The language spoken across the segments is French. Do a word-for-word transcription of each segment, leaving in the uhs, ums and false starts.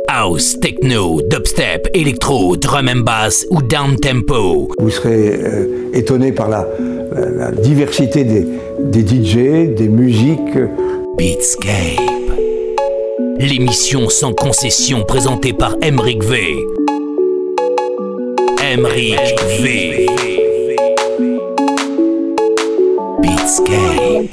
House, techno, dubstep, électro, drum and bass ou down tempo. Vous serez euh, étonné par la, la, la diversité des, des D J, des musiques. Beatscape. L'émission sans concession présentée par Emric V. Emric V. Beatscape.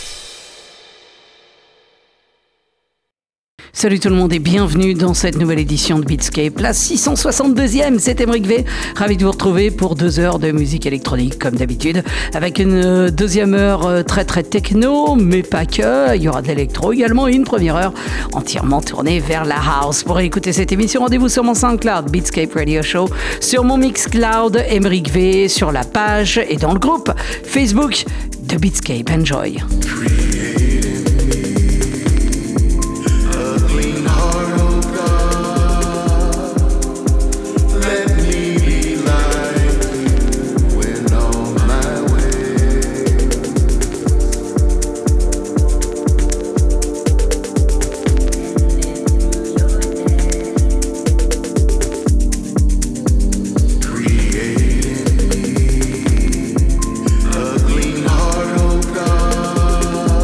Salut tout le monde et bienvenue dans cette nouvelle édition de Beatscape, la six cent soixante-deuxième, c'est Emric V, ravi de vous retrouver pour deux heures de musique électronique comme d'habitude, avec une deuxième heure très très techno, mais pas que, il y aura de l'électro également et une première heure entièrement tournée vers la house. Pour écouter cette émission, rendez-vous sur mon SoundCloud, Beatscape Radio Show, sur mon Mixcloud, Emric V, sur la page et dans le groupe Facebook de Beatscape. Enjoy. Heart, oh God.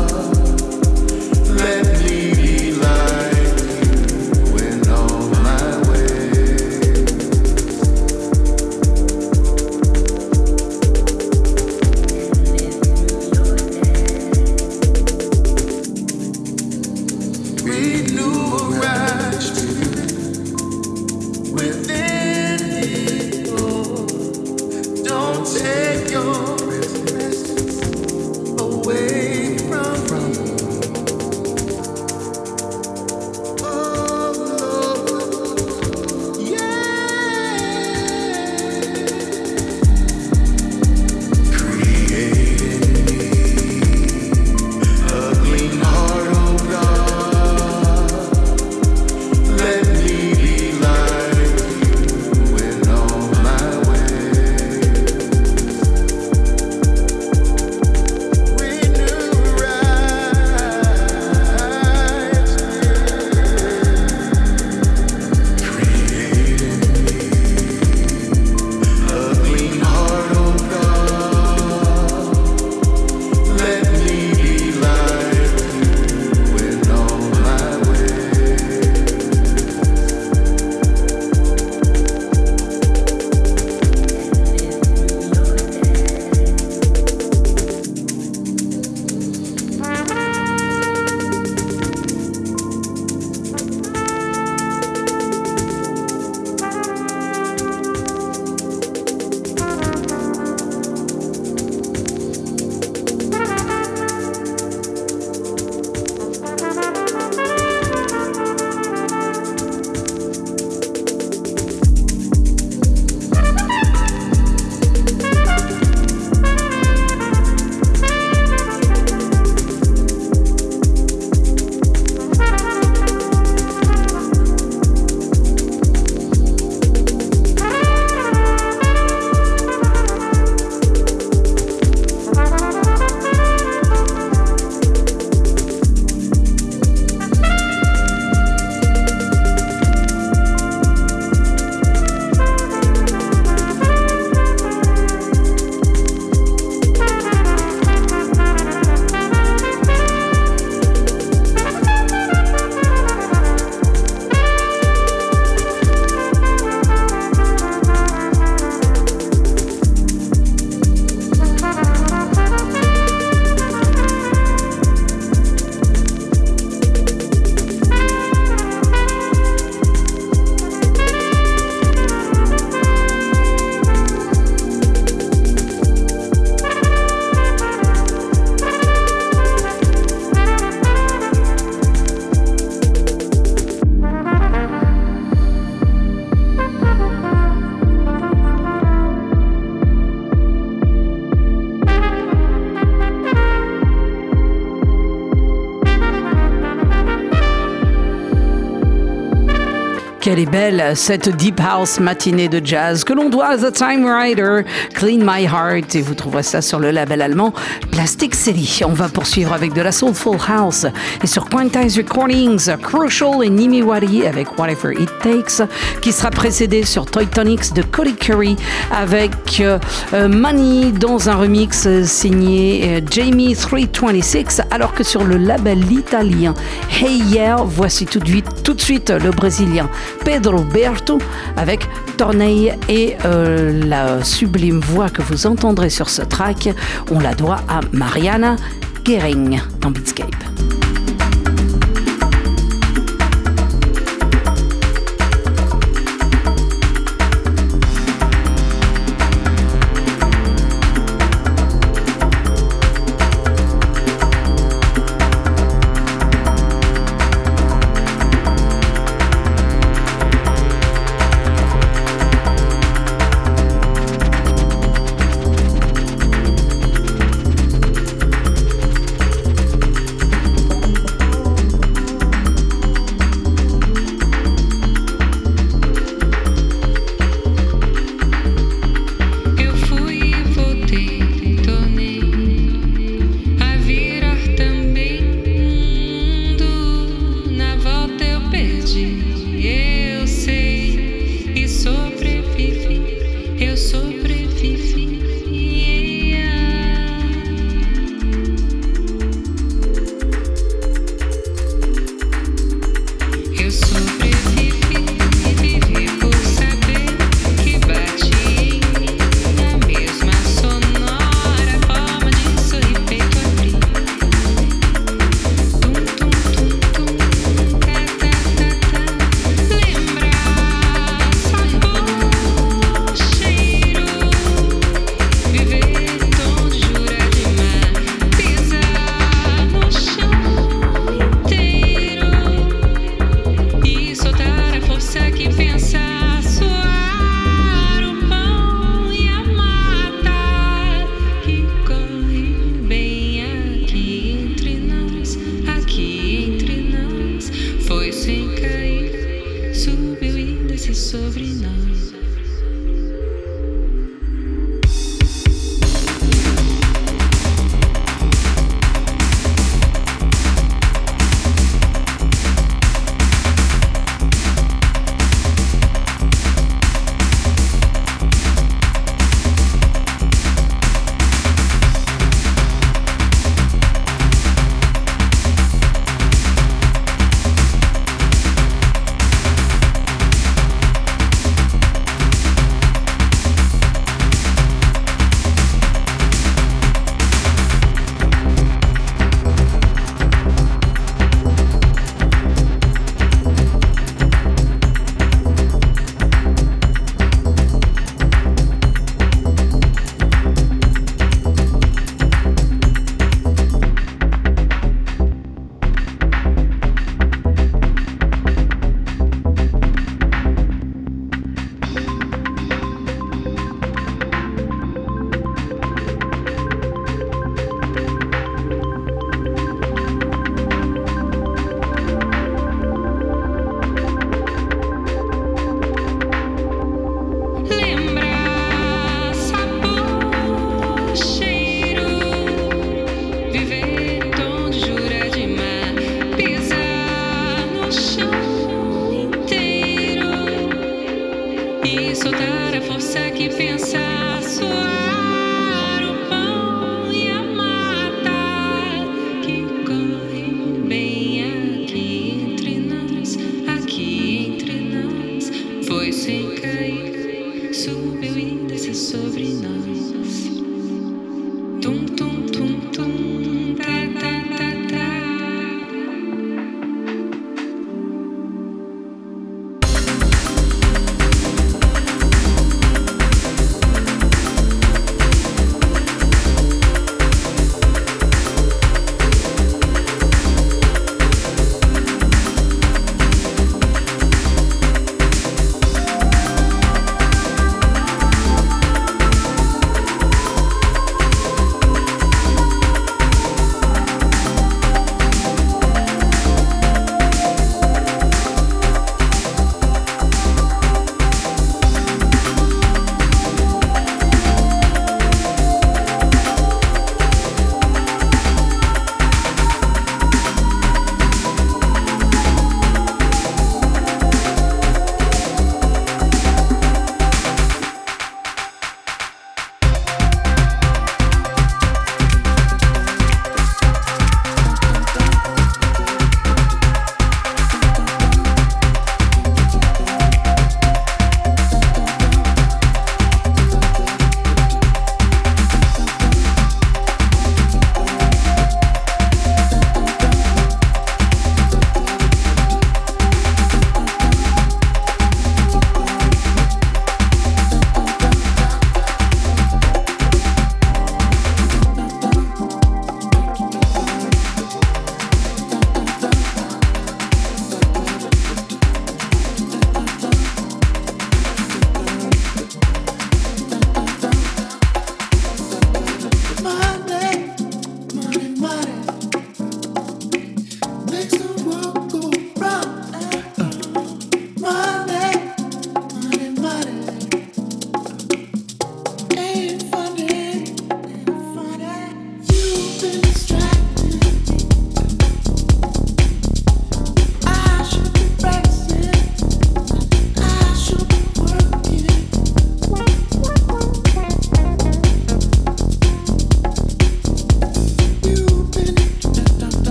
Quelle est belle cette Deep House matinée de jazz que l'on doit à The Time Rider, Clean My Heart, et vous trouverez ça sur le label allemand Plastic City. On va poursuivre avec de la Soulful House et sur Quantize Recordings, Crucial et Nimiwari avec Whatever It Takes, qui sera précédé sur Toy Tonics de Cody Curry avec euh, Money dans un remix signé euh, Jamie trois cent vingt-six, alors que sur le label italien Hey Yeah, voici tout de suite, tout de suite le brésilien Pedro Berto avec Tornei, et euh, la sublime voix que vous entendrez sur ce track, on la doit à Mariana Gehring dans Beatscape.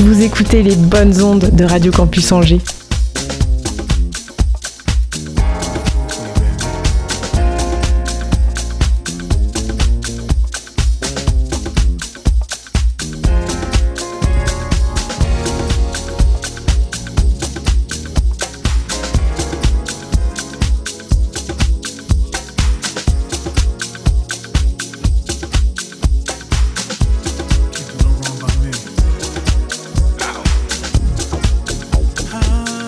Vous écoutez les bonnes ondes de Radio Campus Angers. Ah.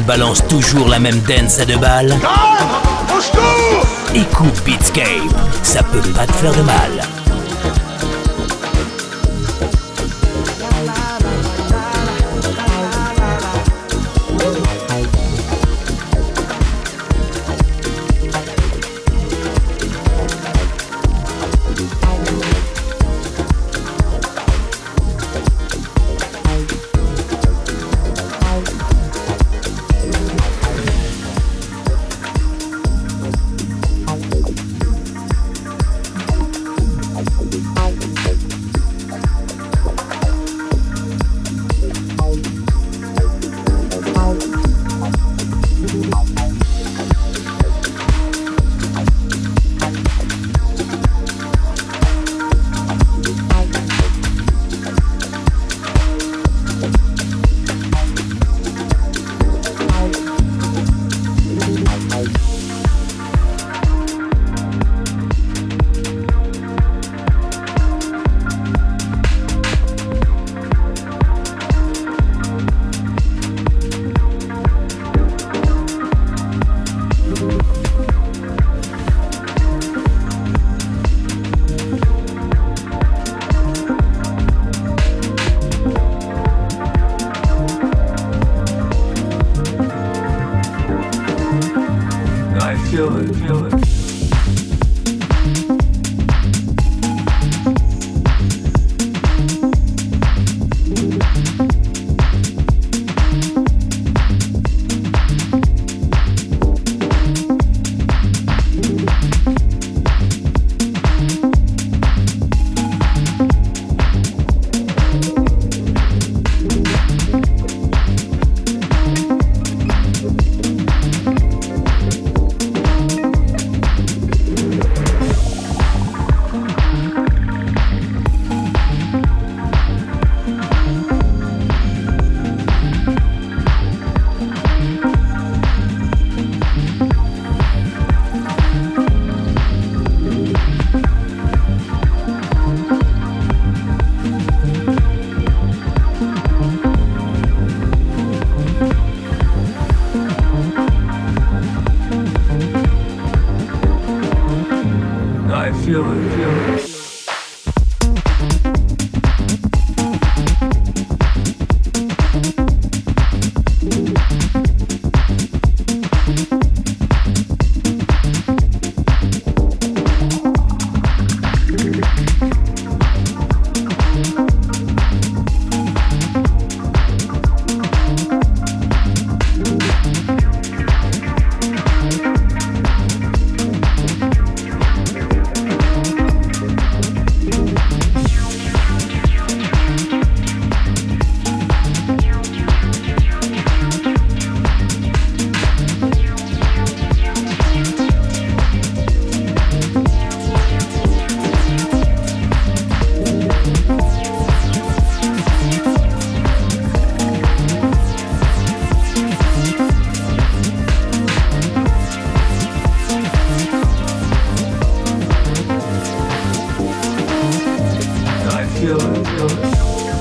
balance toujours la même dance à deux balles? Écoute Beatscape, ça peut pas te faire de mal. Feel it, feel it. Feel it, feel it. Feel it, feel it.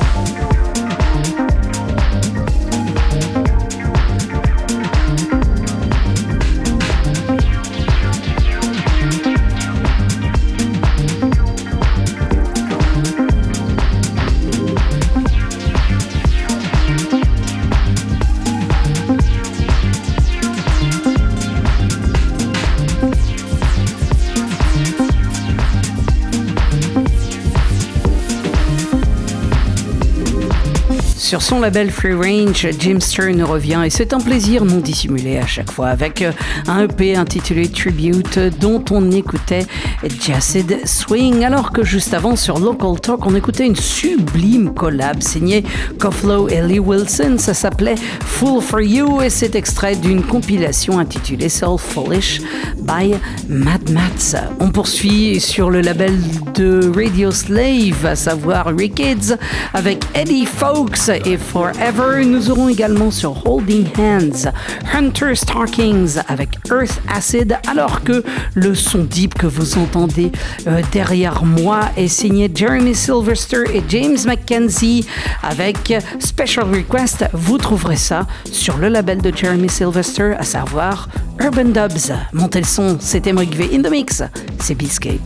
Sur son label Free Range, Jim Stern revient et c'est un plaisir non dissimulé à chaque fois avec un E P intitulé Tribute dont on écoutait Jacid Swing, alors que juste avant sur Local Talk on écoutait une sublime collab signée Koflo et Lee Wilson. Ça s'appelait Fool for You et c'est extrait d'une compilation intitulée Soul Foolish by Mad Mats. On poursuit sur le label de Radio Slave, à savoir Rickidz, avec Eddie Fowlkes et Forever. Nous aurons également sur Holding Hands Hunter Starkings avec Earth Acid, alors que le son deep que vous entendez euh, derrière moi est signé Jeremy Sylvester et James McKenzie avec Special Request. Vous trouverez ça sur le label de Jeremy Sylvester, à savoir Urban Dubs. Montez le son, c'est Emeric V in the mix, c'est Beatscape.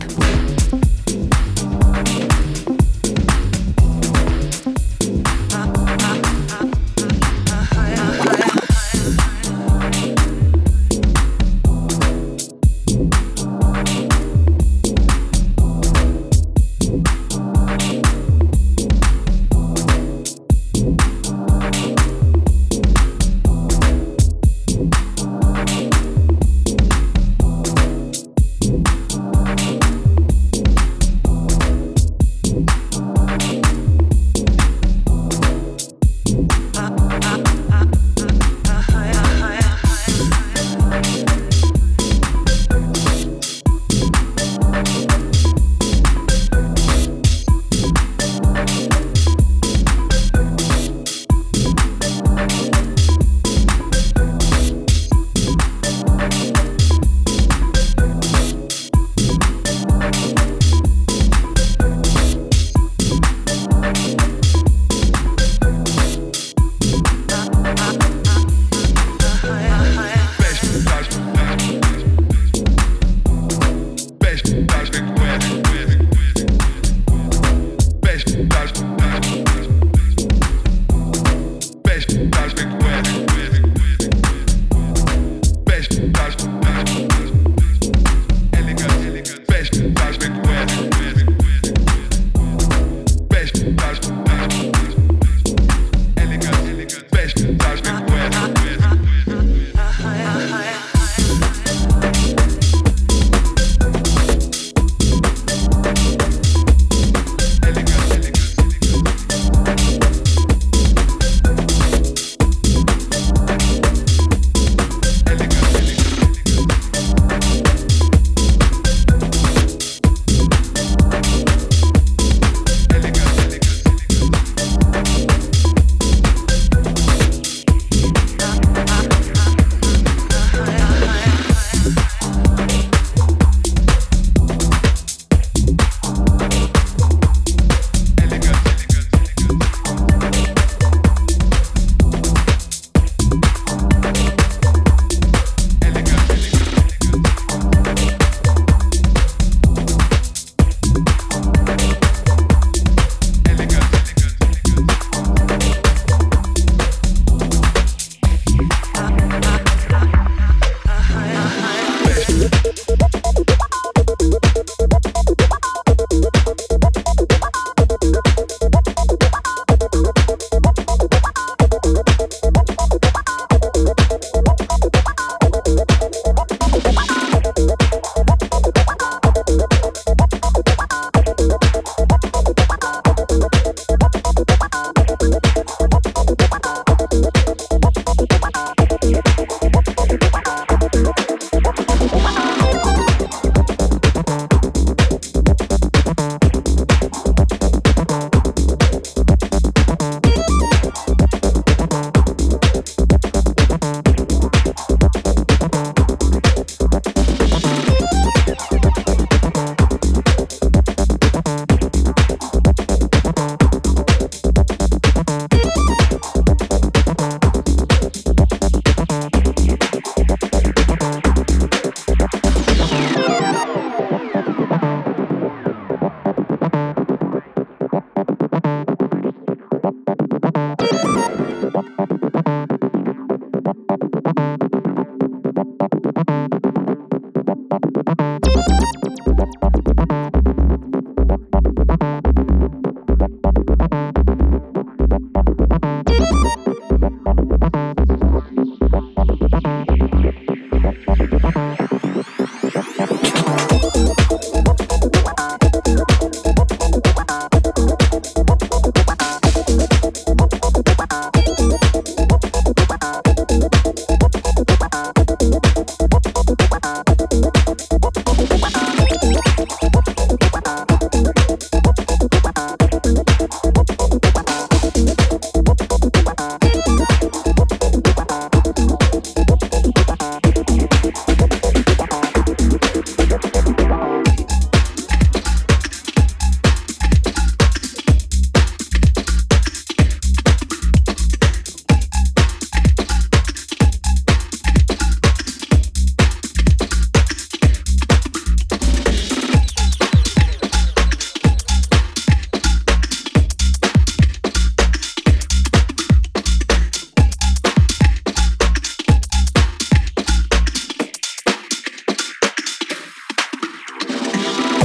We'll be right back.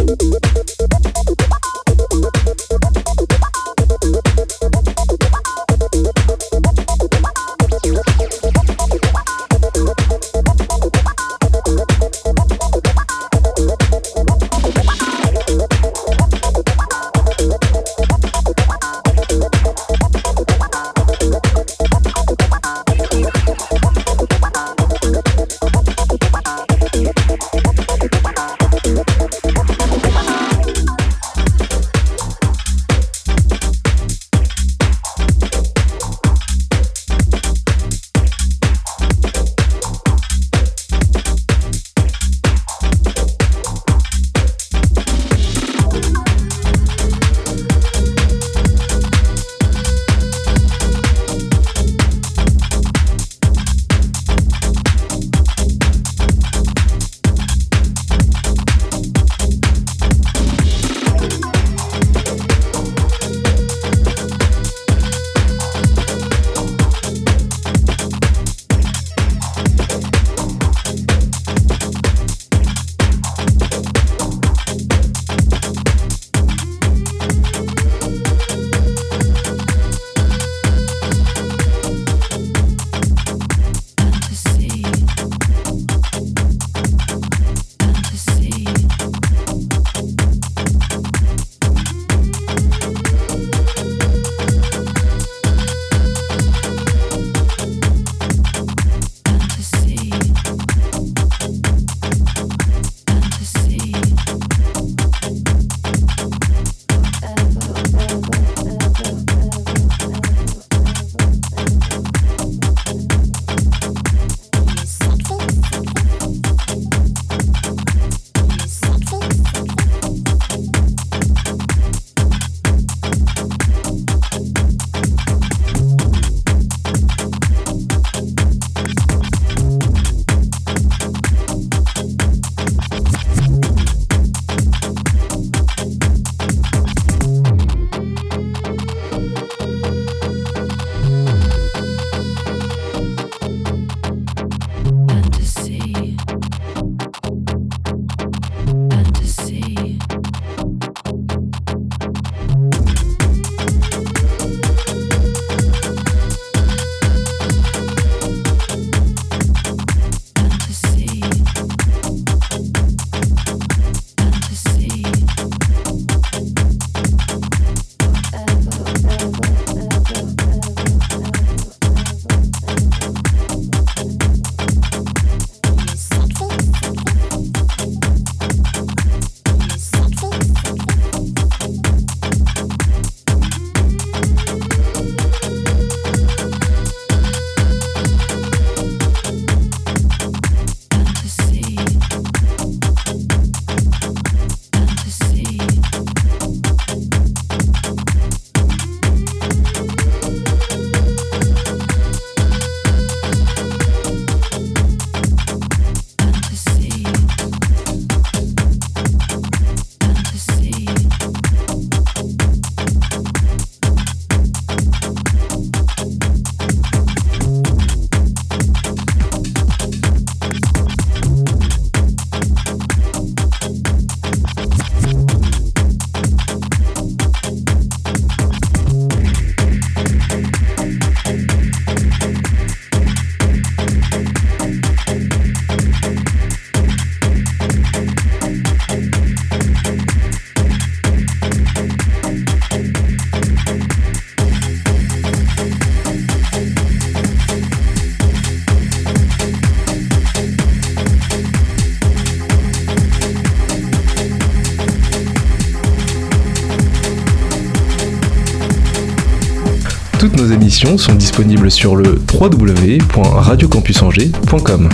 Toutes nos émissions sont disponibles sur le w w w point radio campus angers point com.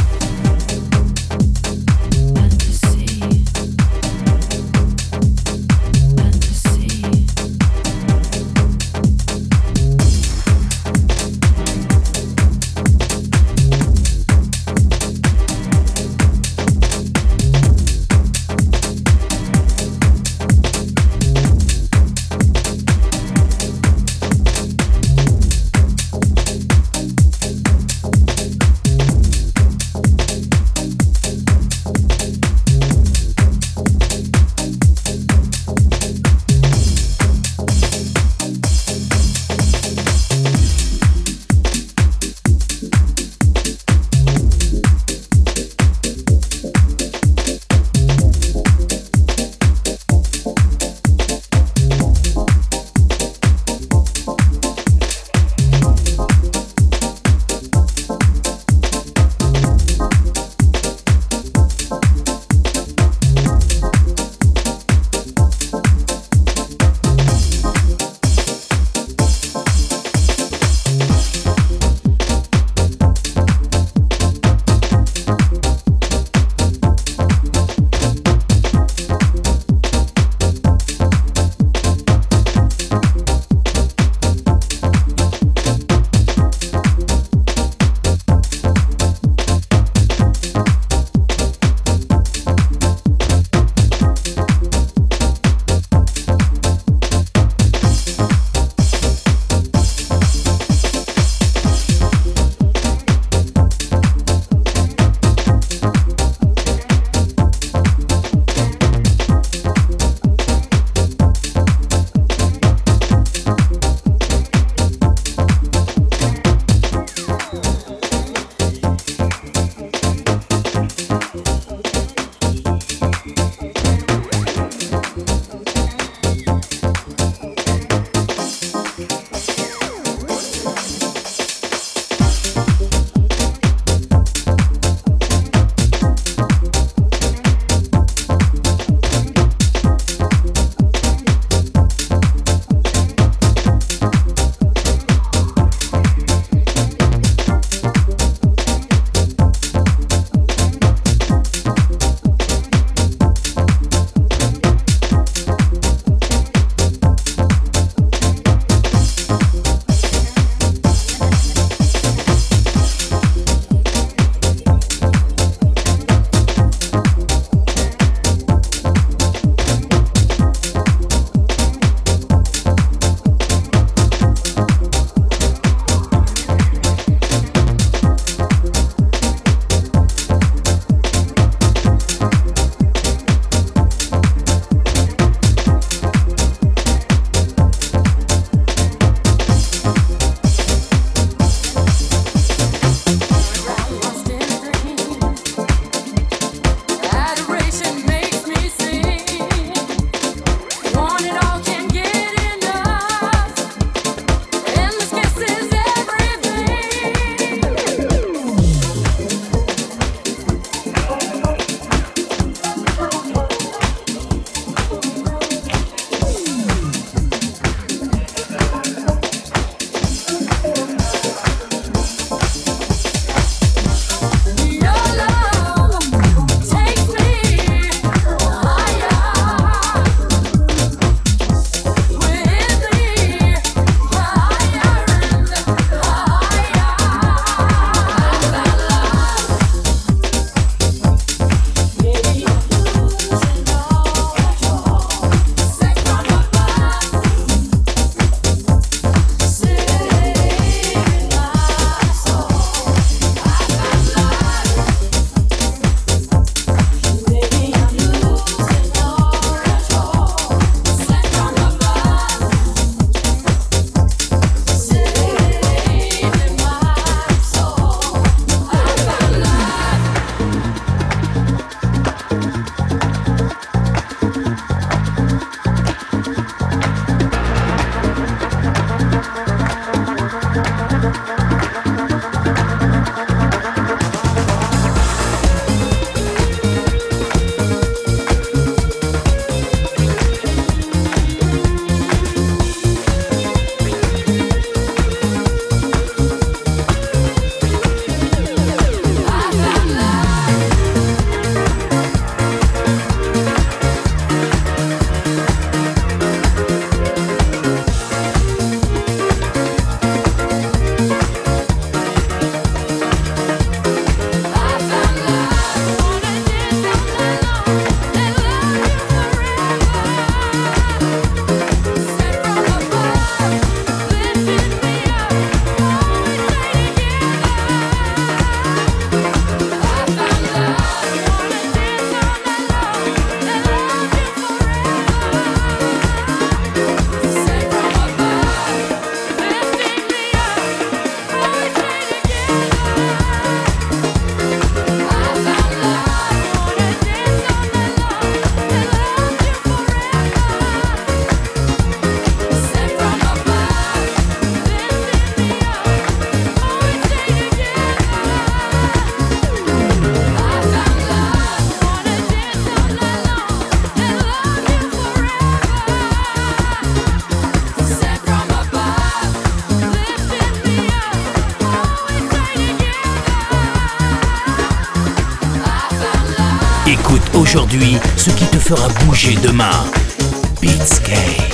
Aujourd'hui, ce qui te fera bouger demain. Beatscape.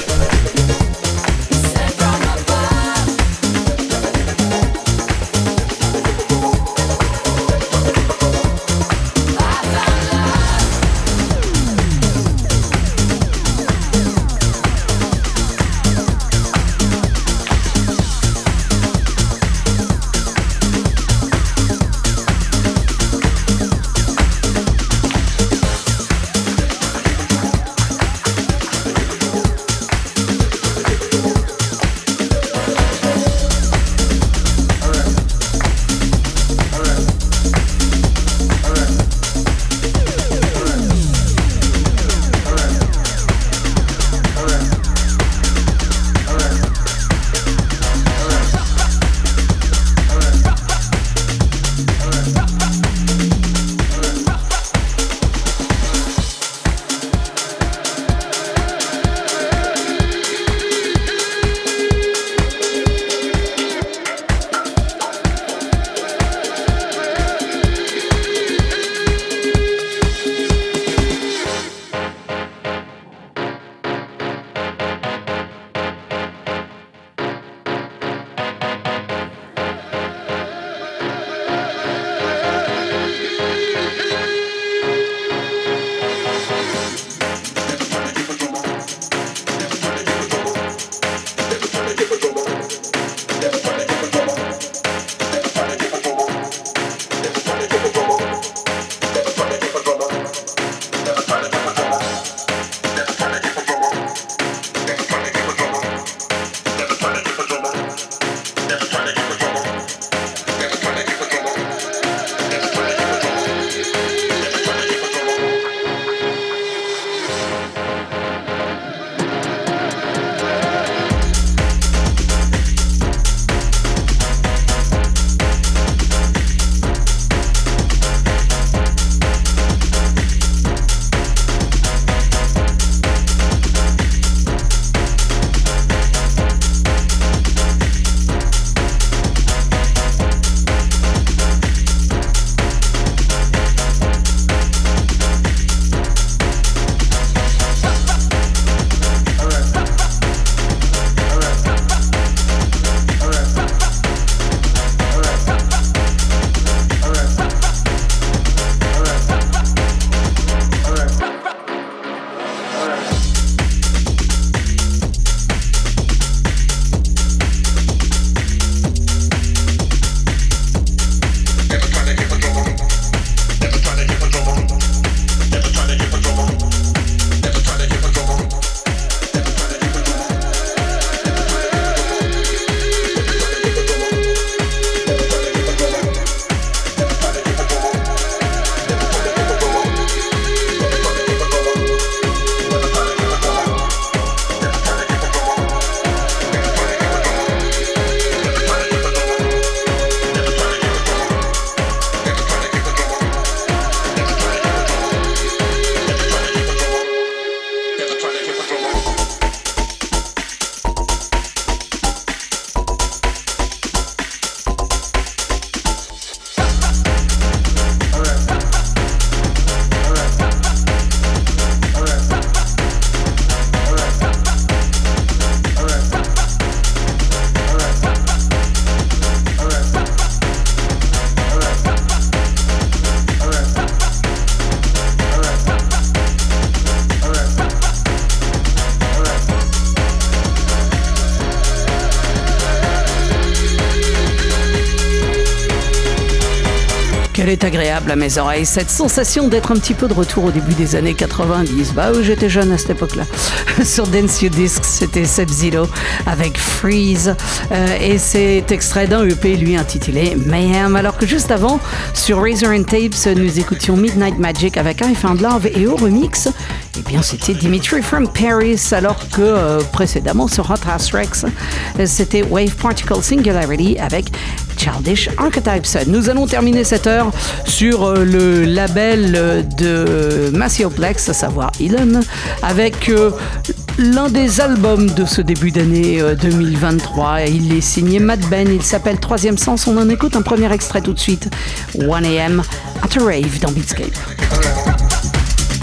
Quelle est agréable à mes oreilles, cette sensation d'être un petit peu de retour au début des années quatre-vingt-dix. Bah oui, j'étais jeune à cette époque-là. Sur Dance You Discs, c'était Sub-Zero avec Freeze. Euh, et c'est extrait d'un E P, lui, intitulé Mayhem. Alors que juste avant, sur Razor and Tapes, nous écoutions Midnight Magic avec I Found Love. Et au remix, eh bien, c'était Dimitri from Paris. Alors que euh, précédemment, sur Hot House Rex, c'était Wave Particle Singularity avec Childish Archetypes. Nous allons terminer cette heure sur le label de Massioplex, à savoir Elon, avec euh, l'un des albums de ce début d'année euh, deux mille vingt-trois. Il est signé Matt Ben, il s'appelle Troisième Sens. On en écoute un premier extrait tout de suite. one a.m. at a rave dans Beatscape.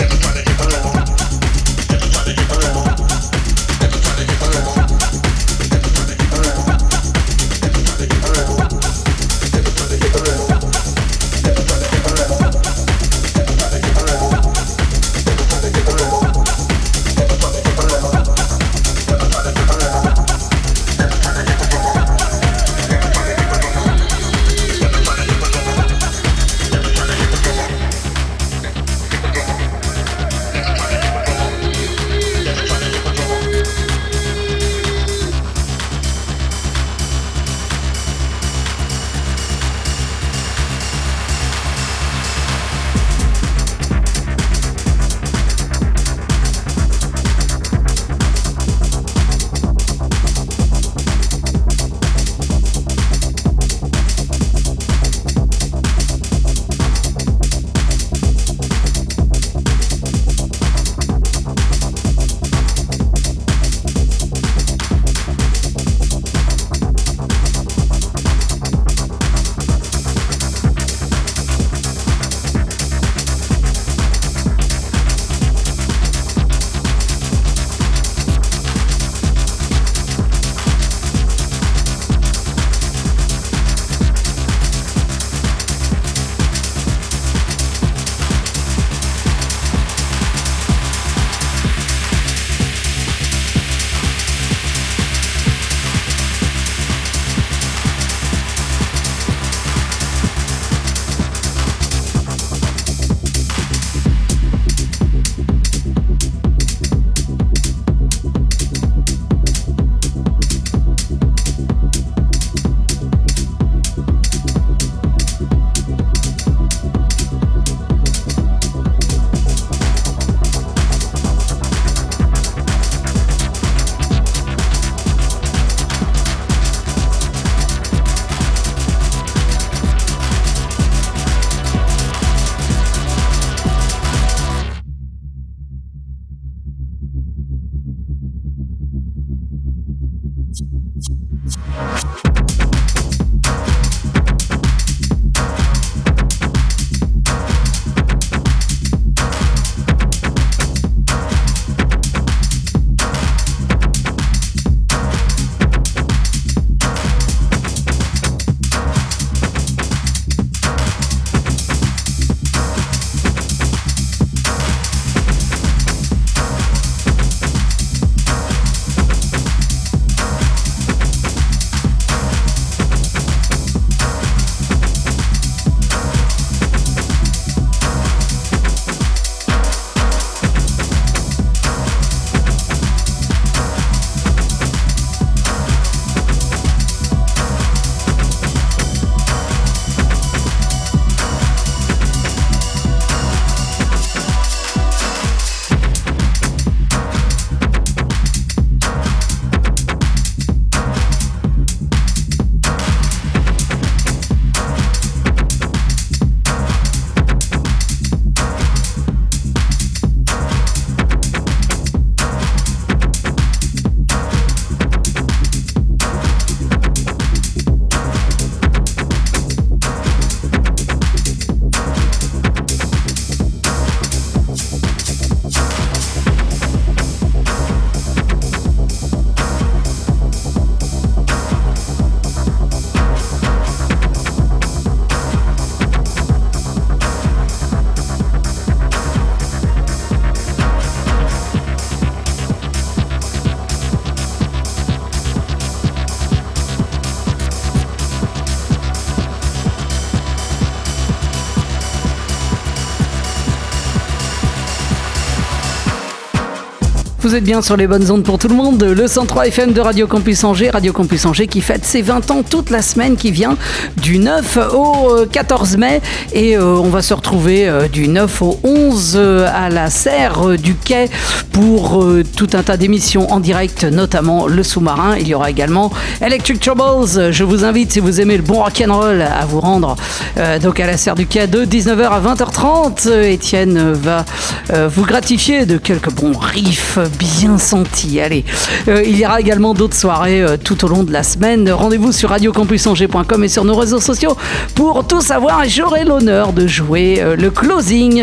Vous êtes bien sur les bonnes ondes pour tout le monde. Le cent trois F M de Radio Campus Angers. Radio Campus Angers qui fête ses vingt ans toute la semaine qui vient du neuf au quatorze mai. Et euh, on va se retrouver euh, du neuf au onze euh, à la serre euh, du quai pour euh, tout un tas d'émissions en direct, notamment le sous-marin. Il y aura également Electric Troubles. Je vous invite, si vous aimez le bon rock'n'roll, à vous rendre euh, donc à la serre du quai de dix-neuf heures à vingt heures trente. Étienne va euh, vous gratifier de quelques bons riffs bien sentis. Allez, euh, il y aura également d'autres soirées euh, tout au long de la semaine. Rendez-vous sur radio campus angers point com et sur nos réseaux sociaux pour tout savoir. Et j'aurai l'honneur de jouer euh, le closing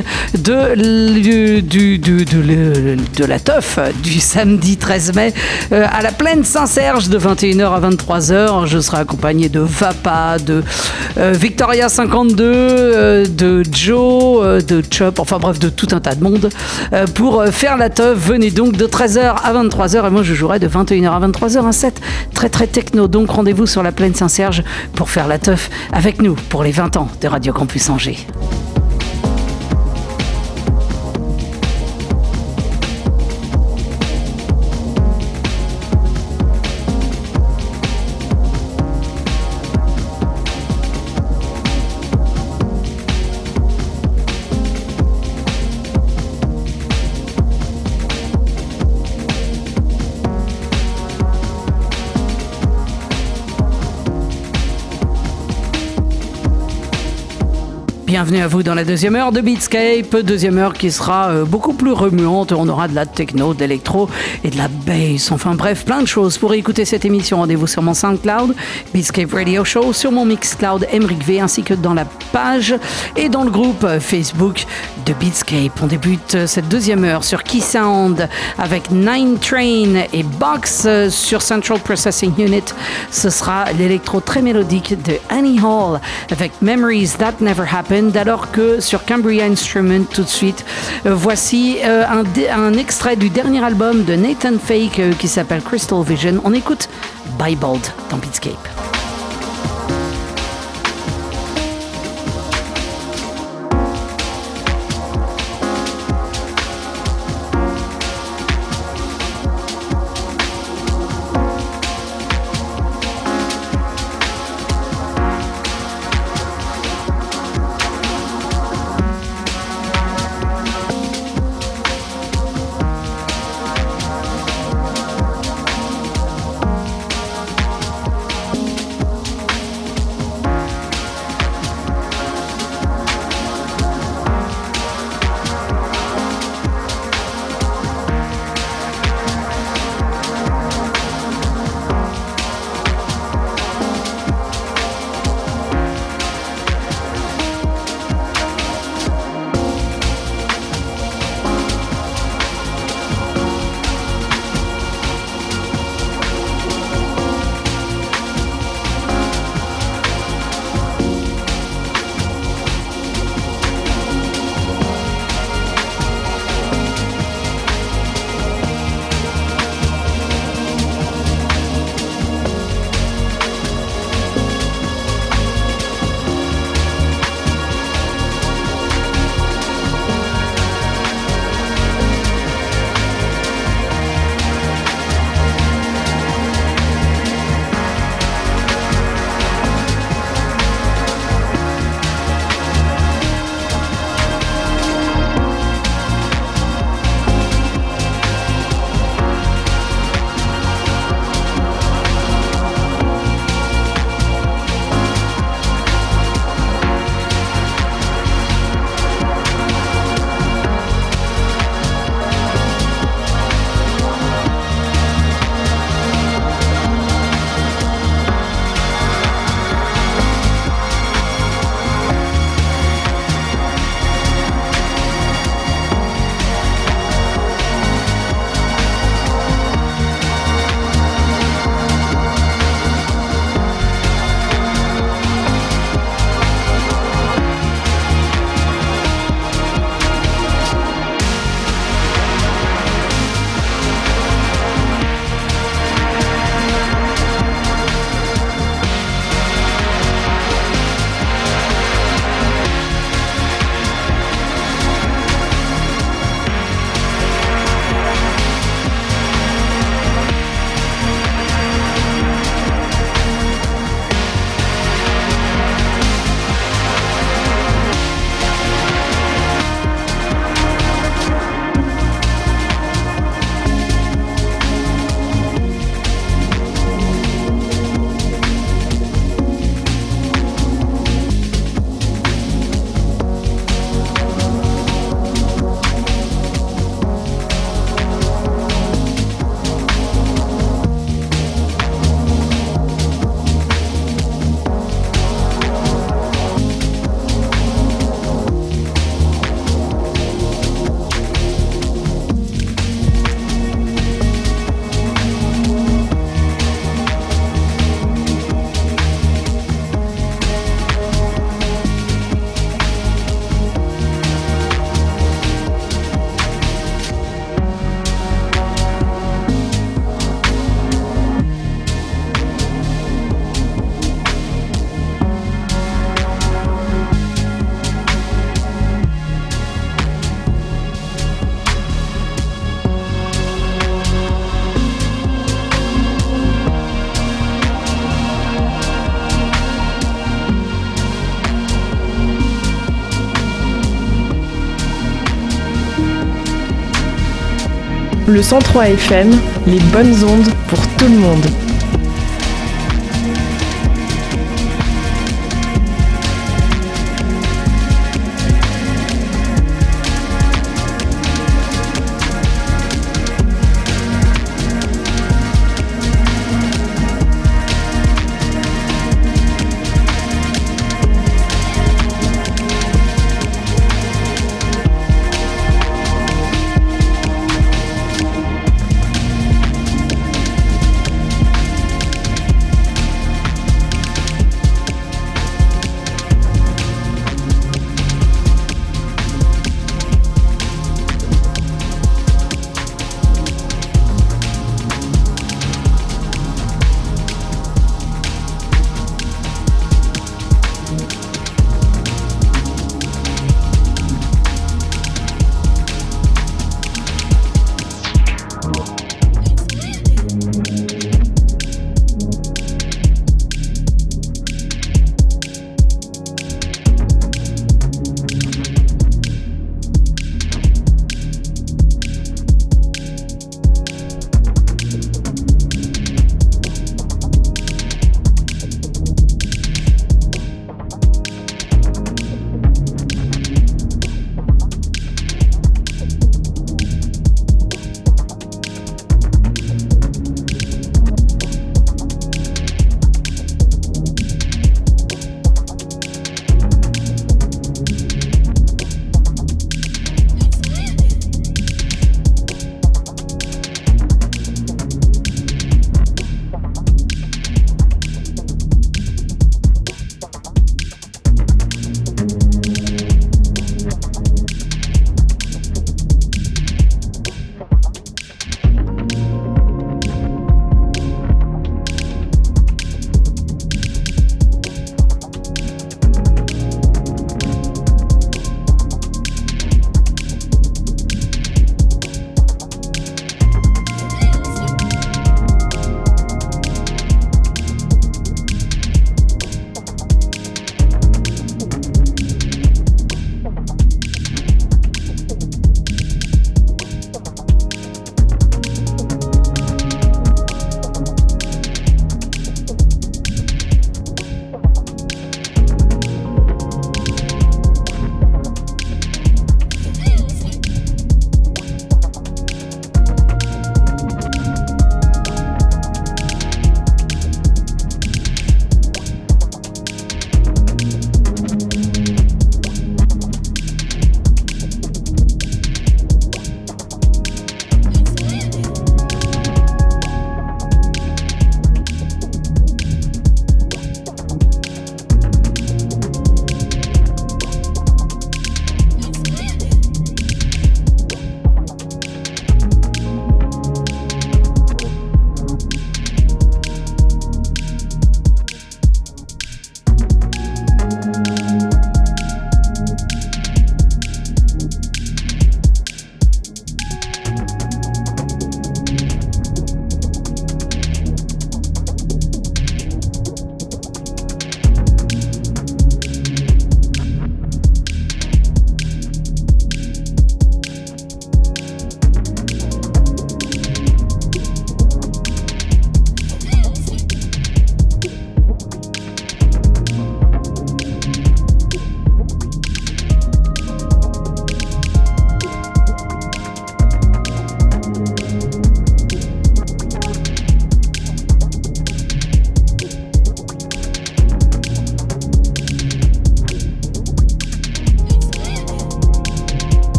de, du, du, du, de, de, de la teuf du samedi treize mai euh, à la Plaine Saint-Serge de vingt et une heures à vingt-trois heures. Je serai accompagné de Vapa, de euh, Victoria cinquante-deux, euh, de Joe, euh, de Chop, enfin bref, de tout un tas de monde euh, pour euh, faire la teuf. Venez donc de treize heures à vingt-trois heures et moi je jouerai de vingt et une heures à vingt-trois heures un set très très techno. Donc rendez-vous sur la Plaine Saint-Serge pour faire la teuf avec nous pour les vingt ans de Radio Campus Angers. Bienvenue à vous dans la deuxième heure de Beatscape, deuxième heure qui sera euh, beaucoup plus remuante. On aura de la techno, d'électro et de la bass. Enfin bref, plein de choses. Pour écouter cette émission, rendez-vous sur mon SoundCloud, Beatscape Radio Show, sur mon Mixcloud, Emric V, ainsi que dans la page et dans le groupe Facebook de Beatscape. On débute cette deuxième heure sur Key Sound avec Nine Train et Box sur Central Processing Unit. Ce sera l'électro très mélodique de Annie Hall avec Memories That Never Happened. Alors que sur Cambria Instrument, tout de suite, euh, voici euh, un, dé- un extrait du dernier album de Nathan Fake euh, qui s'appelle Crystal Vision. On écoute Bible dans Beatscape. Le cent trois F M, les bonnes ondes pour tout le monde.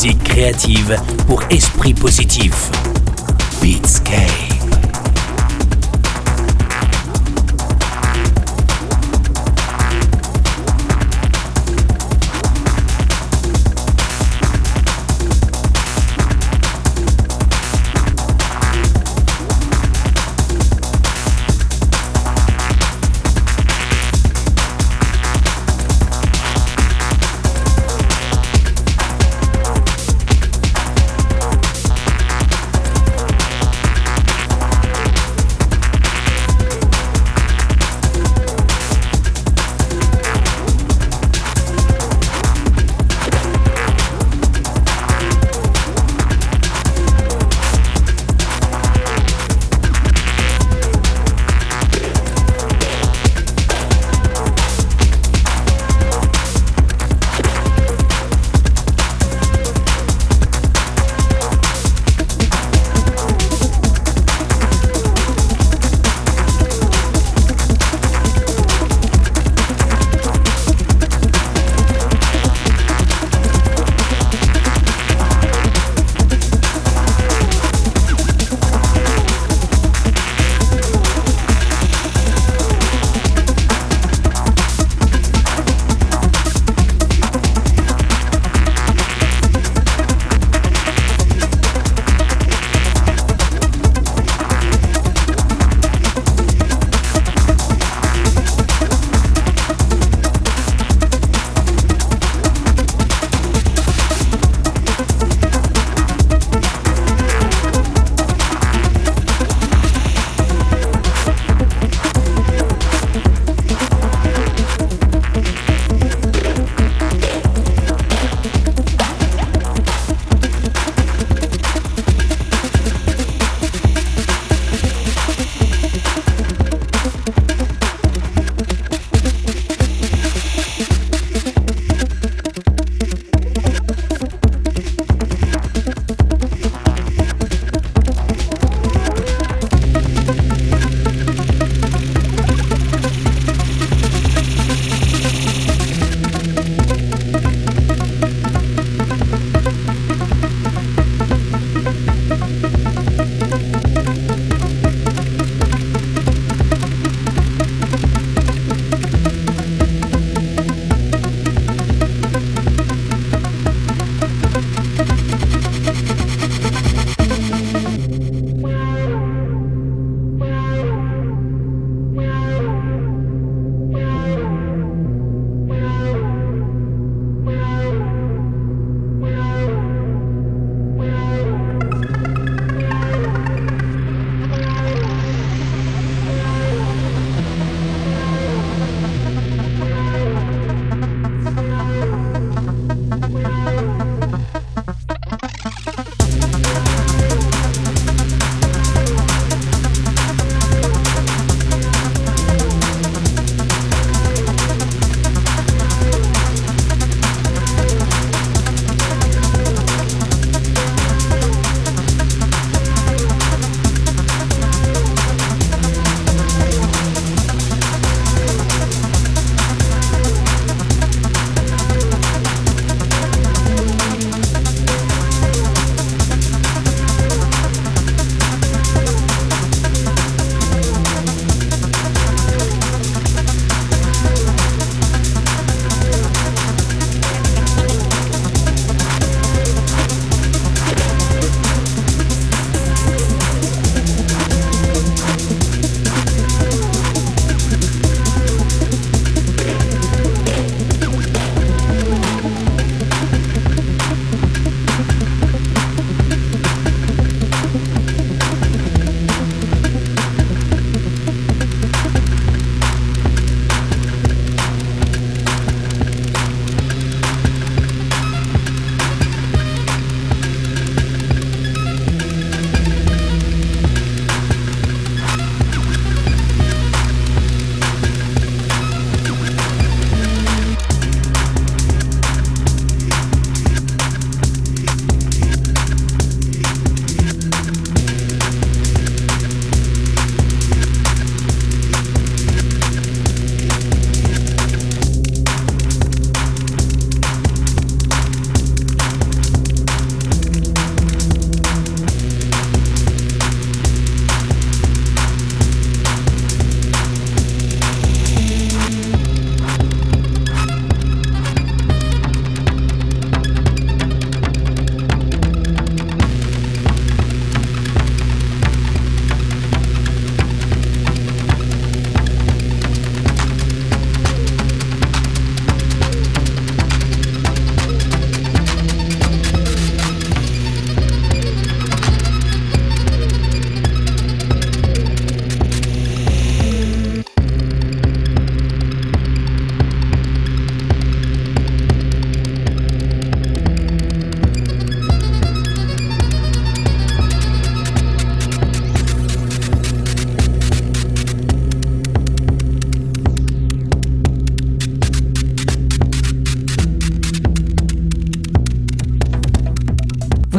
musique créative pour esprit positif. Beatscape.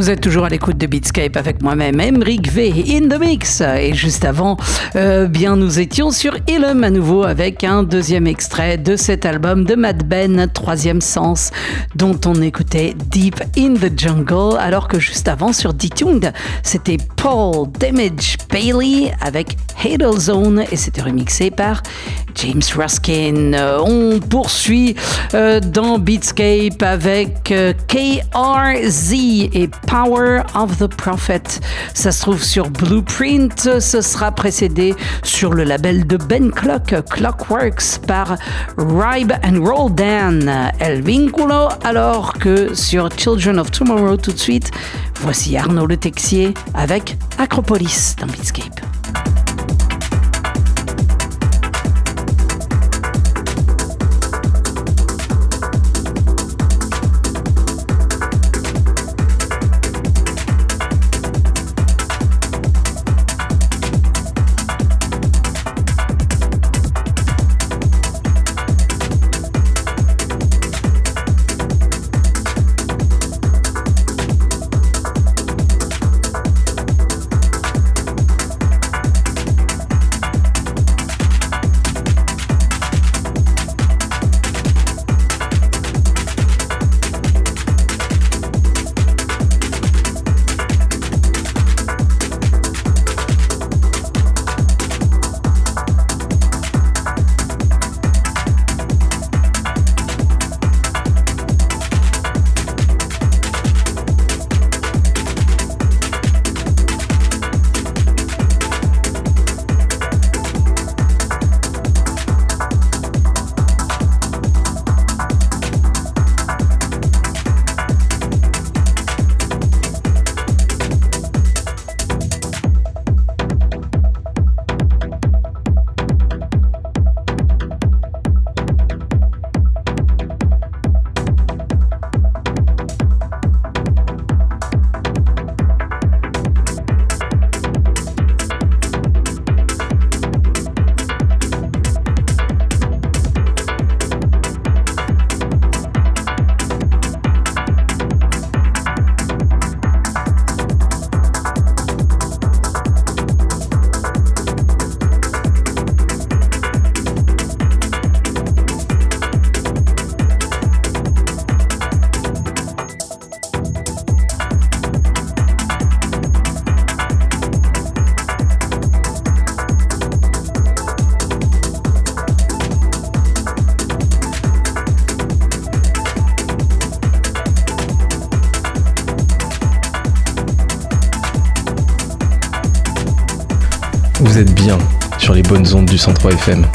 Vous êtes toujours à l'écoute de Beatscape avec moi-même, Emric V, in the mix. Et juste avant, euh, bien nous étions sur Ilum à nouveau avec un deuxième extrait de cet album de Mad Ben, Troisième Sens, dont on écoutait Deep in the Jungle, alors que juste avant sur D-Tuned, c'était Paul Damage Bailey avec Hadal Zone et c'était remixé par James Ruskin. Euh, on poursuit euh, dans Beatscape avec euh, K R Z et Power of the Prophet. Ça se trouve sur Blueprint. Ce sera précédé sur le label de Ben Clock, Clockworks, par Ribe and Roll Dan, El Vinculo, alors que sur Children of Tomorrow, tout de suite, voici Arnaud Le Texier avec Acropolis dans Beatscape. Vous êtes bien sur les bonnes ondes du cent trois F M.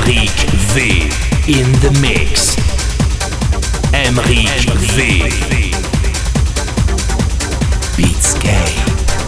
Emric V in the mix. Emric V. Beatscape.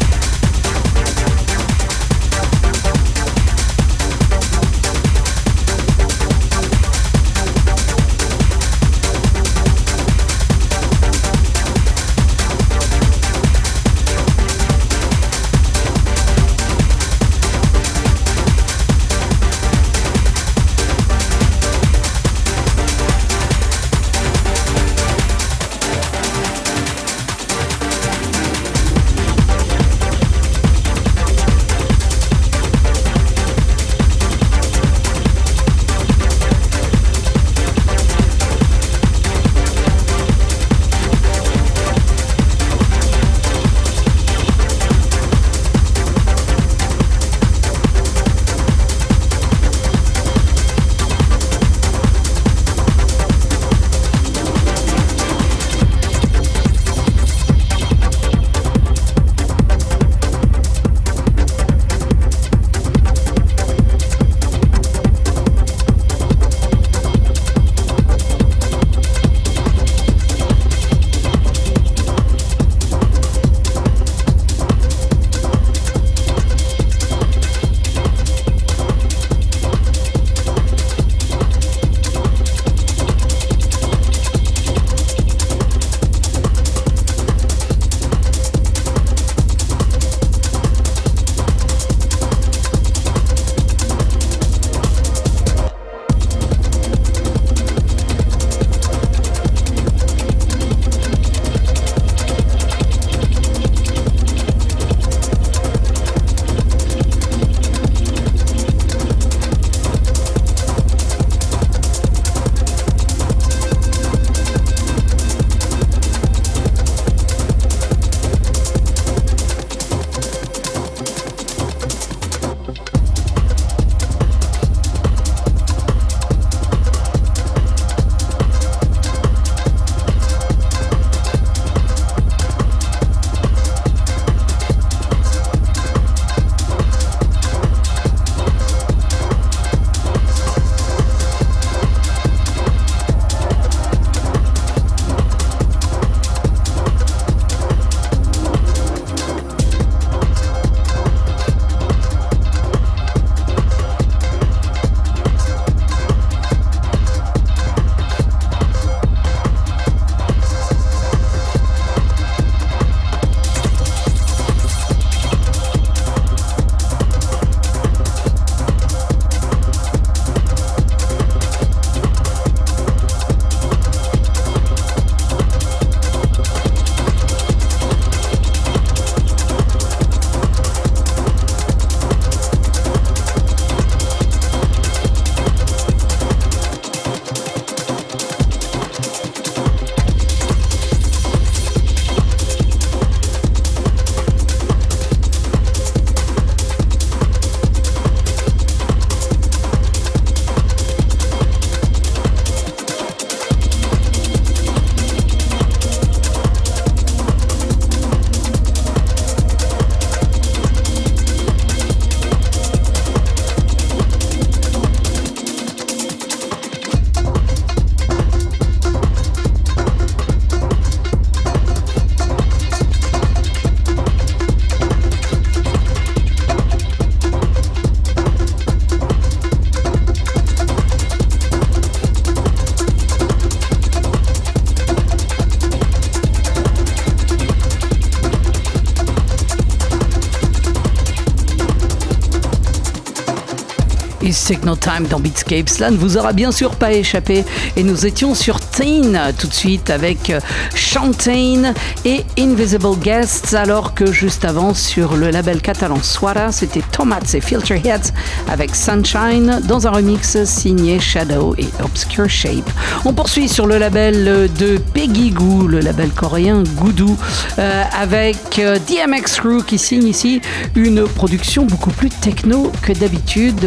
It's Techno Time dans Beatscape. Cela ne vous aura bien sûr pas échappé. Et nous étions sur Tain tout de suite avec Shantain et Invisible Guests, alors que juste avant sur le label catalan Suara, c'était Tomates et Filterheads avec Sunshine dans un remix signé Shadow et Obscure Shape. On poursuit sur le label de Peggy Goo, le label coréen Goudou, euh, avec euh, D M X Crew qui signe ici une production beaucoup plus techno que d'habitude. Ça s'appelle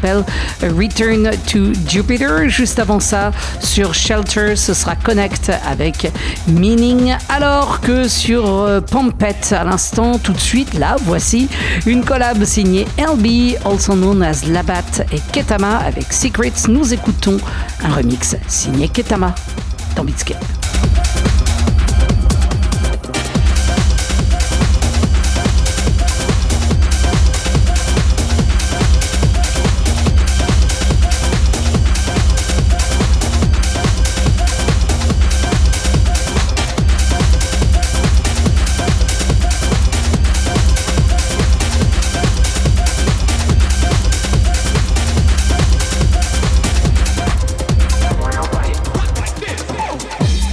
s'appelle Return to Jupiter. Juste avant ça, sur Shelter, ce sera Connect avec Meaning. Alors que sur euh, Pompette, à l'instant, tout de suite, là, voici une collab signée L B, also known as Labat et Ketama avec Secrets. Nous écoutons un remix signé Ketama dans Beatscape. This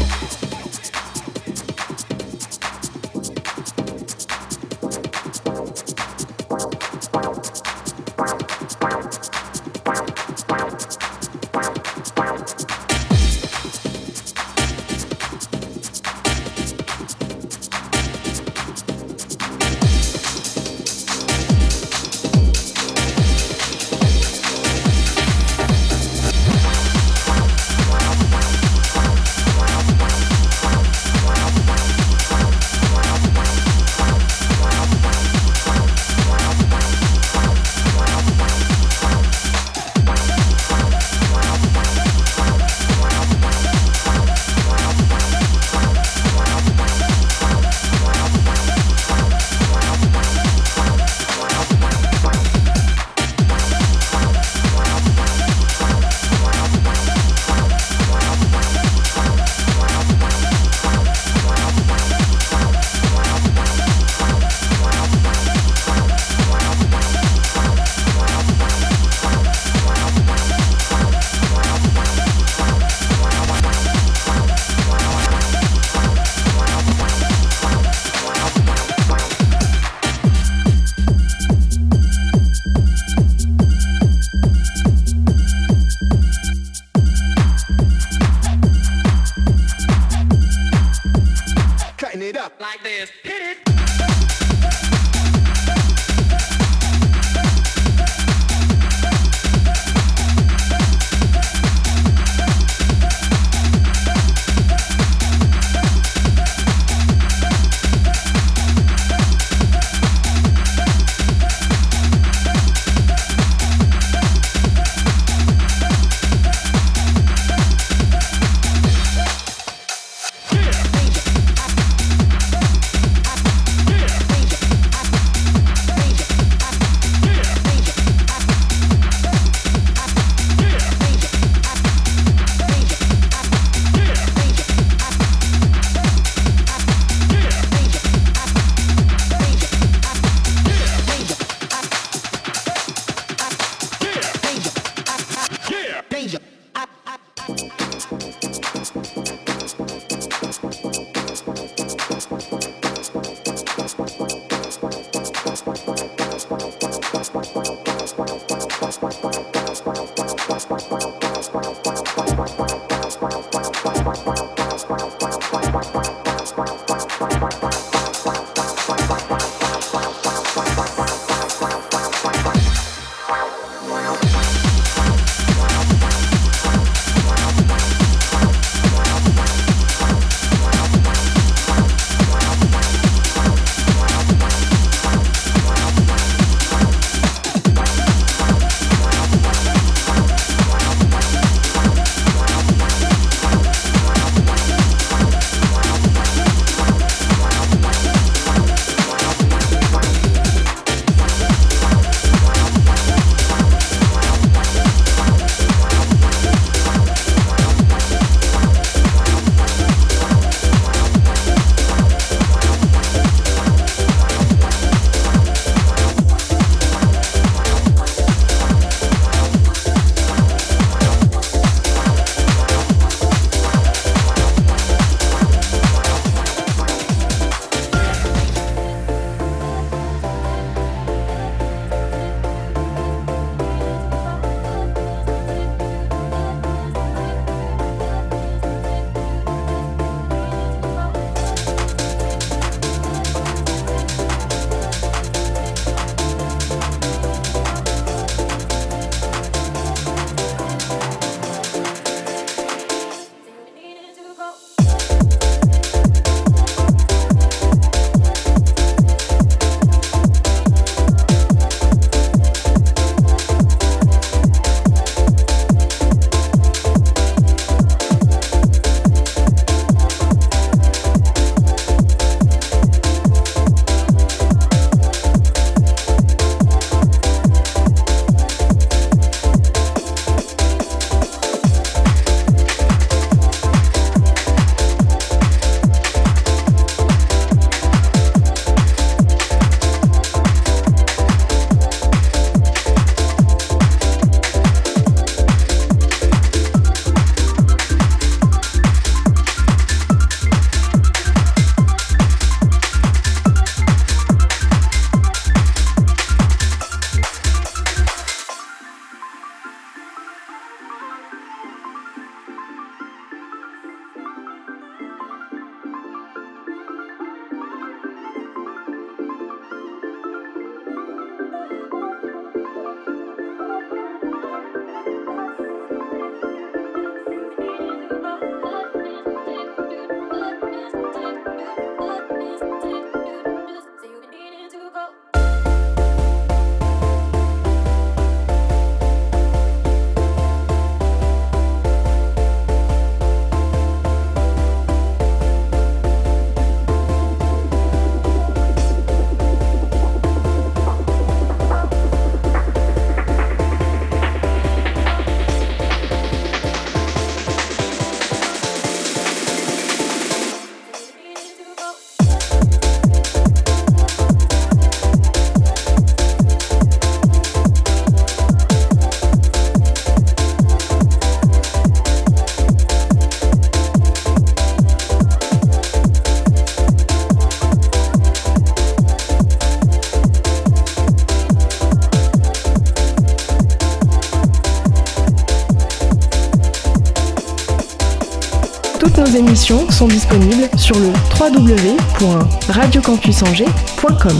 Toutes nos émissions sont disponibles sur le w w w point radio campus angers point com.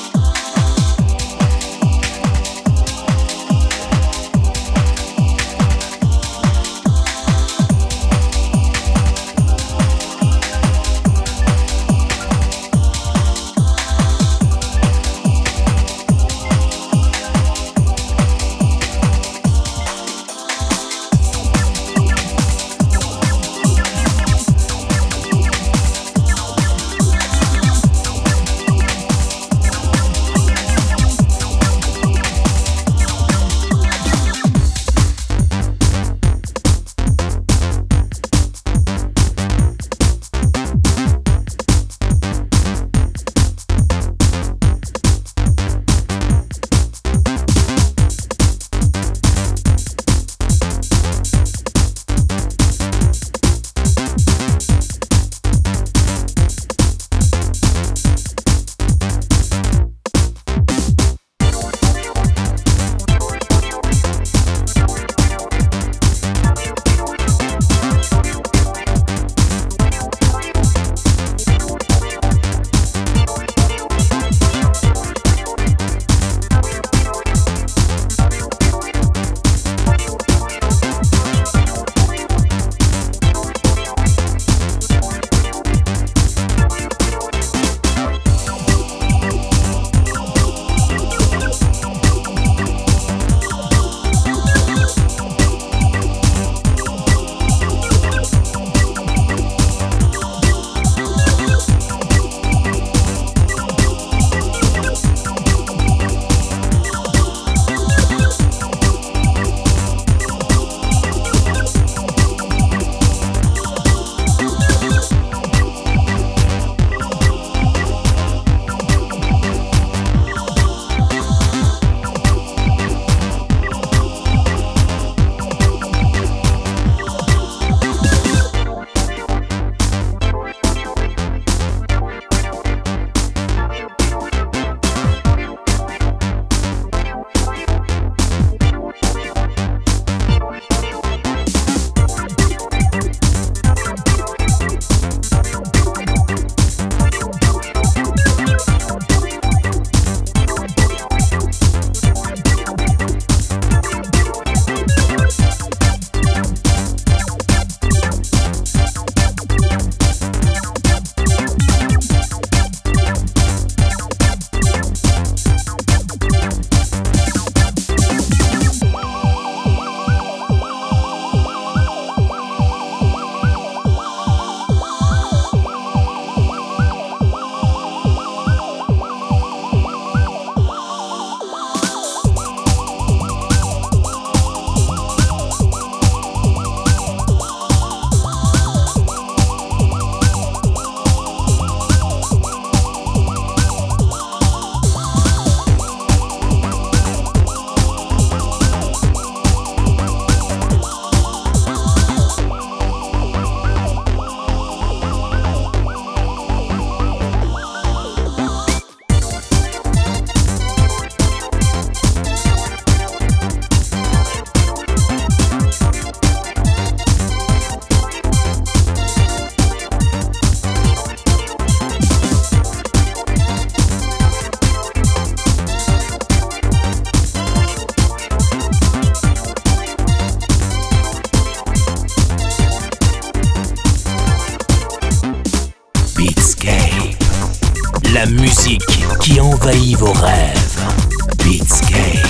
La musique qui envahit vos rêves. Beatscape.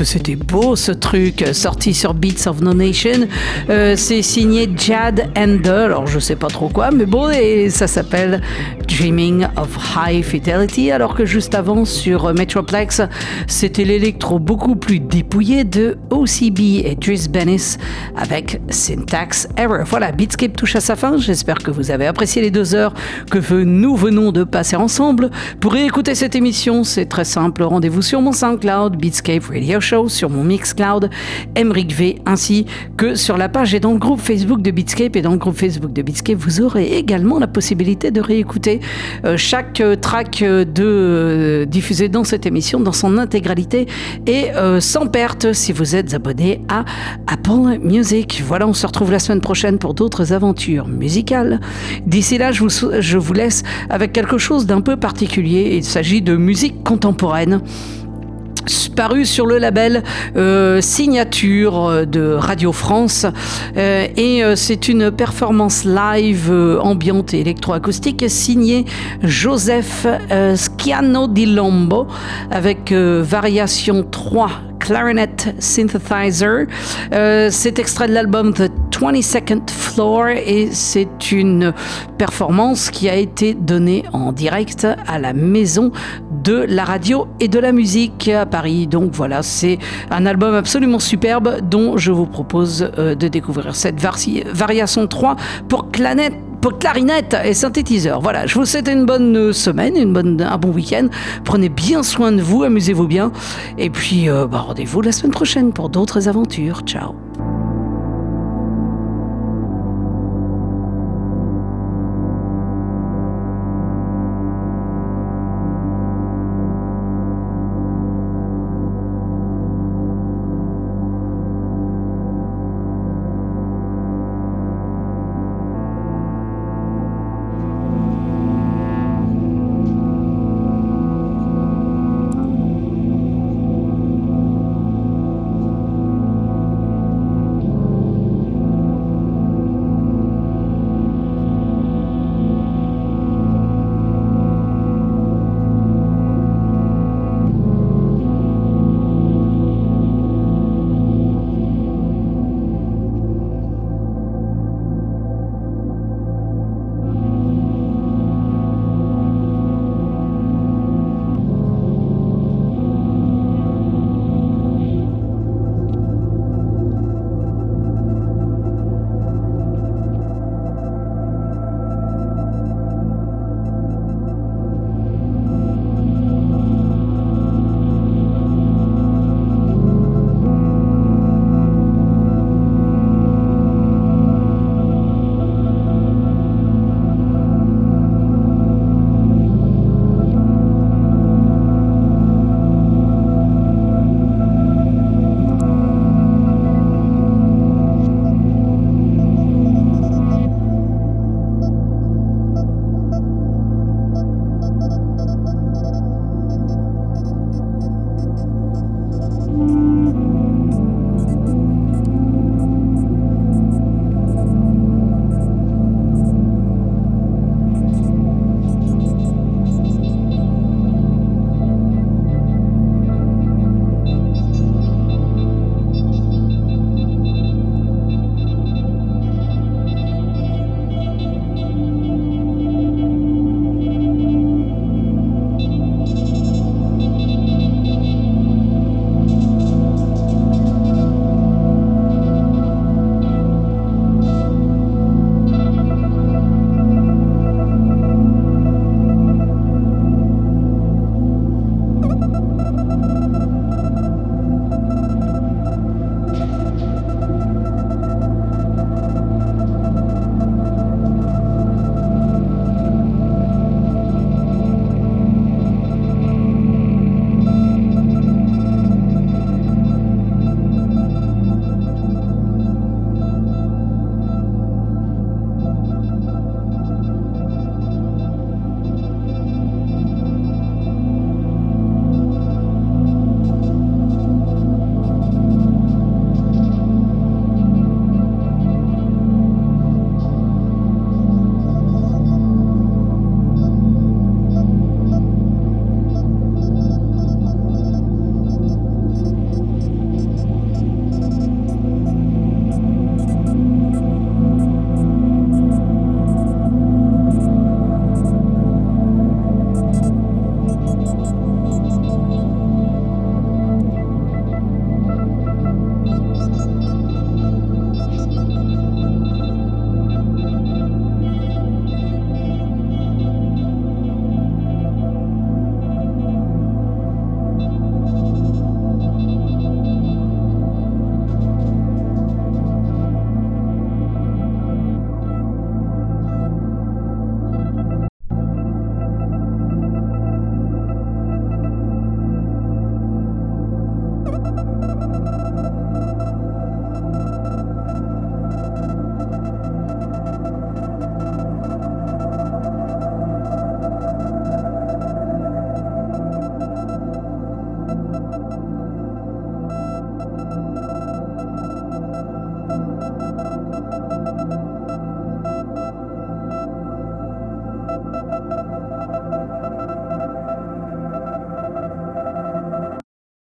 c'était beau ce truc, sorti sur Beats of No Nation. Euh, c'est signé Jad Ender, alors je sais pas trop quoi, mais bon, et ça s'appelle Dreaming of High Fidelity, alors que juste avant sur Metroplex, c'était l'électro beaucoup plus dépouillé de O C B et Dries Bennis avec Syntax Error. Voilà, Beatscape touche à sa fin, j'espère que vous avez apprécié les deux heures que nous venons de passer ensemble. Pour réécouter cette émission, c'est très simple, rendez-vous sur mon SoundCloud, Beatscape Radio Show, sur mon Mixcloud, Emric V, ainsi que sur la page et dans le groupe Facebook de Beatscape. Et dans le groupe Facebook de Beatscape, vous aurez également la possibilité de réécouter euh, chaque euh, track euh, de, euh, diffusé dans cette émission dans son intégralité et euh, sans perte si vous êtes abonné à Apple Music. Voilà, on se retrouve la semaine prochaine pour d'autres aventures musicales. D'ici là, je vous, je vous laisse avec quelque chose d'un peu particulier. Il s'agit de musique contemporaine, paru sur le label euh, Signature de Radio France, euh, et euh, c'est une performance live euh, ambiante et électroacoustique signée Joseph euh, Schiano di Lombo avec euh, variation trois Clarinet Synthesizer. Euh, c'est extrait de l'album The twenty-second Floor et c'est une performance qui a été donnée en direct à la Maison de la Radio et de la Musique à Paris. Donc voilà, c'est un album absolument superbe dont je vous propose euh, de découvrir cette vari- variation trois pour clarinette pour clarinette et synthétiseur. Voilà, je vous souhaite une bonne semaine, une bonne, un bon week-end. Prenez bien soin de vous, amusez-vous bien. Et puis, euh, bah, rendez-vous la semaine prochaine pour d'autres aventures. Ciao.